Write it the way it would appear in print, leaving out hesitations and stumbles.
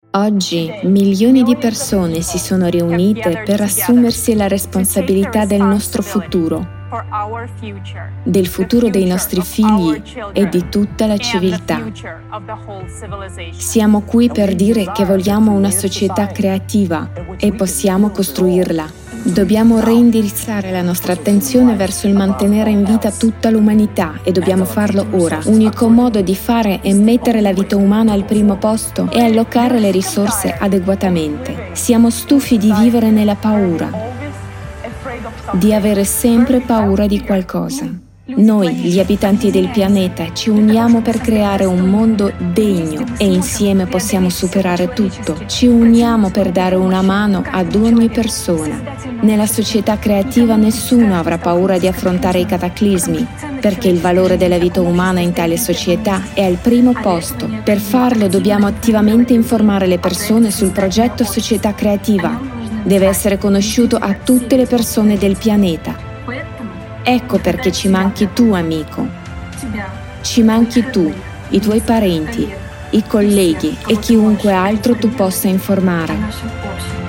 Oggi milioni di persone si sono riunite per assumersi la responsabilità del nostro futuro, del futuro dei nostri figli e di tutta la civiltà. Siamo qui per dire che vogliamo una società creativa e possiamo costruirla. Dobbiamo reindirizzare la nostra attenzione verso il mantenere in vita tutta l'umanità e dobbiamo farlo ora. L'unico modo di fare è mettere la vita umana al primo posto e allocare le risorse adeguatamente. Siamo stufi di vivere nella paura, di avere sempre paura di qualcosa. Noi, gli abitanti del pianeta, ci uniamo per creare un mondo degno e insieme possiamo superare tutto. Ci uniamo per dare una mano ad ogni persona. Nella società creativa nessuno avrà paura di affrontare i cataclismi, perché il valore della vita umana in tale società è al primo posto. Per farlo dobbiamo attivamente informare le persone sul progetto Società Creativa. Deve essere conosciuto a tutte le persone del pianeta. Ecco perché ci manchi tu, amico. Ci manchi tu, i tuoi parenti, i colleghi e chiunque altro tu possa informare.